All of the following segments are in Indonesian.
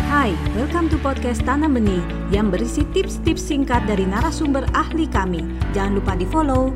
Hai, welcome to podcast Tanam Benih yang berisi tips-tips singkat dari narasumber ahli kami. Jangan lupa di-follow.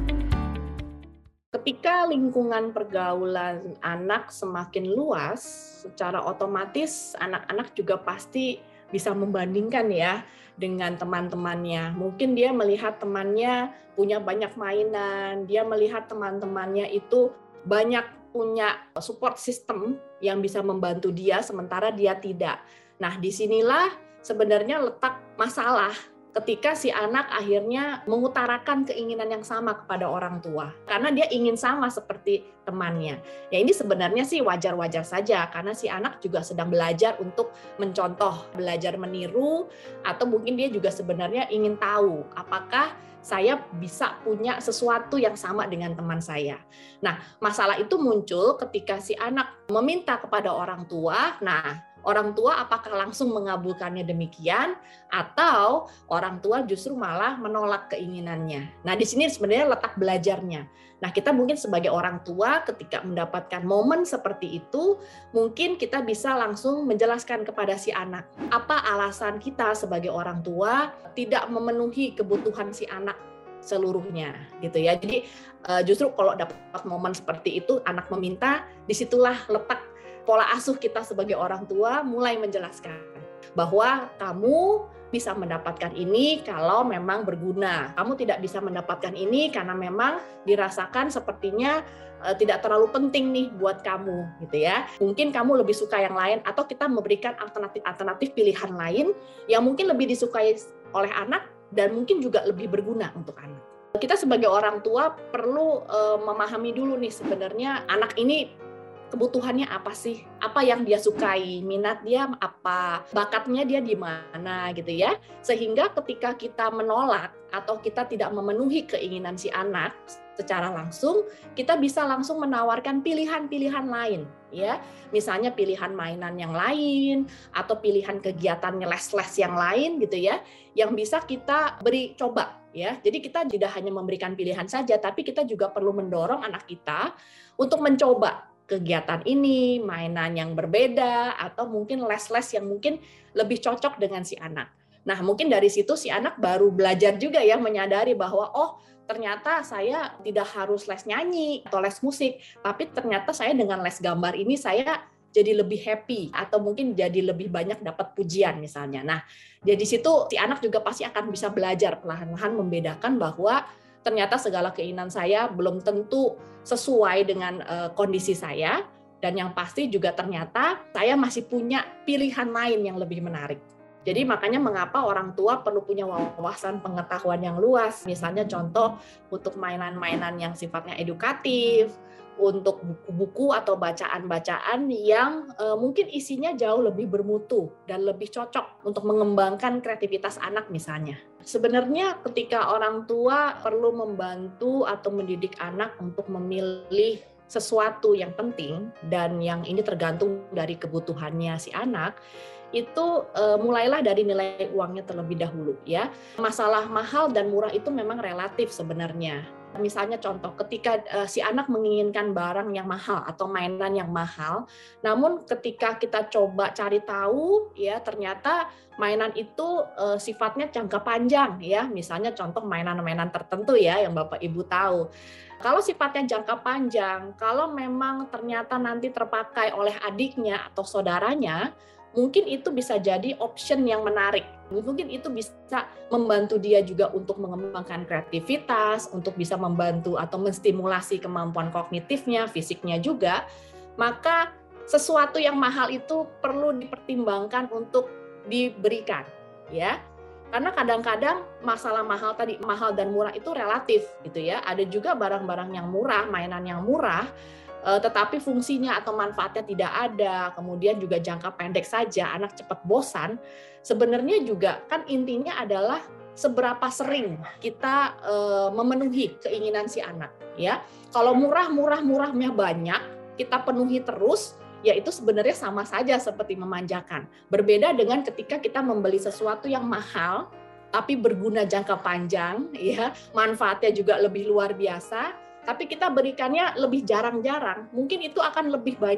Ketika lingkungan pergaulan anak semakin luas, secara otomatis anak-anak juga pasti bisa membandingkan ya dengan teman-temannya. Mungkin dia melihat temannya punya banyak mainan, dia melihat teman-temannya itu banyak punya support system yang bisa membantu dia, sementara dia tidak. Nah, disinilah sebenarnya letak masalah ketika si anak akhirnya mengutarakan keinginan yang sama kepada orang tua. Karena dia ingin sama seperti temannya. Ya ini sebenarnya sih wajar-wajar saja, karena si anak juga sedang belajar untuk mencontoh, belajar meniru, atau mungkin dia juga sebenarnya ingin tahu apakah saya bisa punya sesuatu yang sama dengan teman saya. Nah, masalah itu muncul ketika si anak meminta kepada orang tua. Nah, orang tua apakah langsung mengabulkannya demikian, atau orang tua justru malah menolak keinginannya. Nah, di sini sebenarnya letak belajarnya. Nah, kita mungkin sebagai orang tua ketika mendapatkan momen seperti itu, mungkin kita bisa langsung menjelaskan kepada si anak, apa alasan kita sebagai orang tua tidak memenuhi kebutuhan si anak seluruhnya gitu ya. Jadi justru kalau dapat momen seperti itu, anak meminta, disitulah letak pola asuh kita sebagai orang tua mulai menjelaskan bahwa kamu bisa mendapatkan ini kalau memang berguna. Kamu tidak bisa mendapatkan ini karena memang dirasakan sepertinya tidak terlalu penting nih buat kamu gitu ya. Mungkin kamu lebih suka yang lain, atau kita memberikan alternatif pilihan lain yang mungkin lebih disukai oleh anak dan mungkin juga lebih berguna untuk anak. Kita sebagai orang tua perlu memahami dulu nih sebenarnya anak ini kebutuhannya apa sih? Apa yang dia sukai? Minat dia apa? Bakatnya dia di mana gitu ya? Sehingga ketika kita menolak atau kita tidak memenuhi keinginan si anak secara langsung, kita bisa langsung menawarkan pilihan-pilihan lain ya. Misalnya pilihan mainan yang lain atau pilihan kegiatannya les-les yang lain gitu ya, yang bisa kita beri coba ya. Jadi kita tidak hanya memberikan pilihan saja, tapi kita juga perlu mendorong anak kita untuk mencoba kegiatan ini, mainan yang berbeda, atau mungkin les-les yang mungkin lebih cocok dengan si anak. Nah, mungkin dari situ si anak baru belajar juga ya, menyadari bahwa oh ternyata saya tidak harus les nyanyi atau les musik, tapi ternyata saya dengan les gambar ini saya jadi lebih happy, atau mungkin jadi lebih banyak dapat pujian misalnya. Nah, dari situ si anak juga pasti akan bisa belajar perlahan-lahan membedakan bahwa ternyata segala keinginan saya belum tentu sesuai dengan kondisi saya, dan yang pasti juga ternyata saya masih punya pilihan lain yang lebih menarik. Jadi makanya mengapa orang tua perlu punya wawasan pengetahuan yang luas, misalnya contoh untuk mainan-mainan yang sifatnya edukatif, untuk buku-buku atau bacaan-bacaan yang mungkin isinya jauh lebih bermutu dan lebih cocok untuk mengembangkan kreativitas anak misalnya. Sebenarnya ketika orang tua perlu membantu atau mendidik anak untuk memilih sesuatu yang penting, dan yang ini tergantung dari kebutuhannya si anak, itu mulailah dari nilai uangnya terlebih dahulu ya. Masalah mahal dan murah itu memang relatif sebenarnya. Misalnya contoh ketika si anak menginginkan barang yang mahal atau mainan yang mahal, namun ketika kita coba cari tahu ya ternyata mainan itu sifatnya jangka panjang ya. Misalnya contoh mainan-mainan tertentu ya yang Bapak Ibu tahu. Kalau sifatnya jangka panjang, kalau memang ternyata nanti terpakai oleh adiknya atau saudaranya, mungkin itu bisa jadi option yang menarik. Mungkin itu bisa membantu dia juga untuk mengembangkan kreativitas, untuk bisa membantu atau menstimulasi kemampuan kognitifnya, fisiknya juga. Maka sesuatu yang mahal itu perlu dipertimbangkan untuk diberikan, ya. Karena kadang-kadang masalah mahal tadi, mahal dan murah itu relatif gitu ya. Ada juga barang-barang yang murah, mainan yang murah, tetapi fungsinya atau manfaatnya tidak ada, kemudian juga jangka pendek saja, anak cepat bosan. Sebenarnya juga kan intinya adalah seberapa sering kita memenuhi keinginan si anak ya. Kalau murahnya banyak, kita penuhi terus, ya itu sebenarnya sama saja seperti memanjakan. Berbeda dengan ketika kita membeli sesuatu yang mahal tapi berguna jangka panjang ya, manfaatnya juga lebih luar biasa, tapi kita berikannya lebih jarang-jarang, mungkin itu akan lebih banyak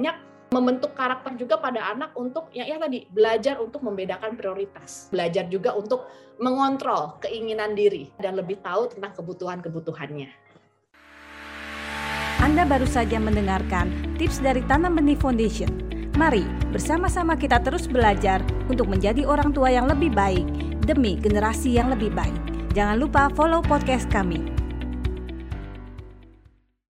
Membentuk karakter juga pada anak untuk yang tadi, belajar untuk membedakan prioritas, belajar juga untuk mengontrol keinginan diri dan lebih tahu tentang kebutuhan-kebutuhannya. Anda baru saja mendengarkan tips dari Tanam Benih Foundation. Mari bersama-sama kita terus belajar untuk menjadi orang tua yang lebih baik demi generasi yang lebih baik. Jangan lupa follow podcast kami.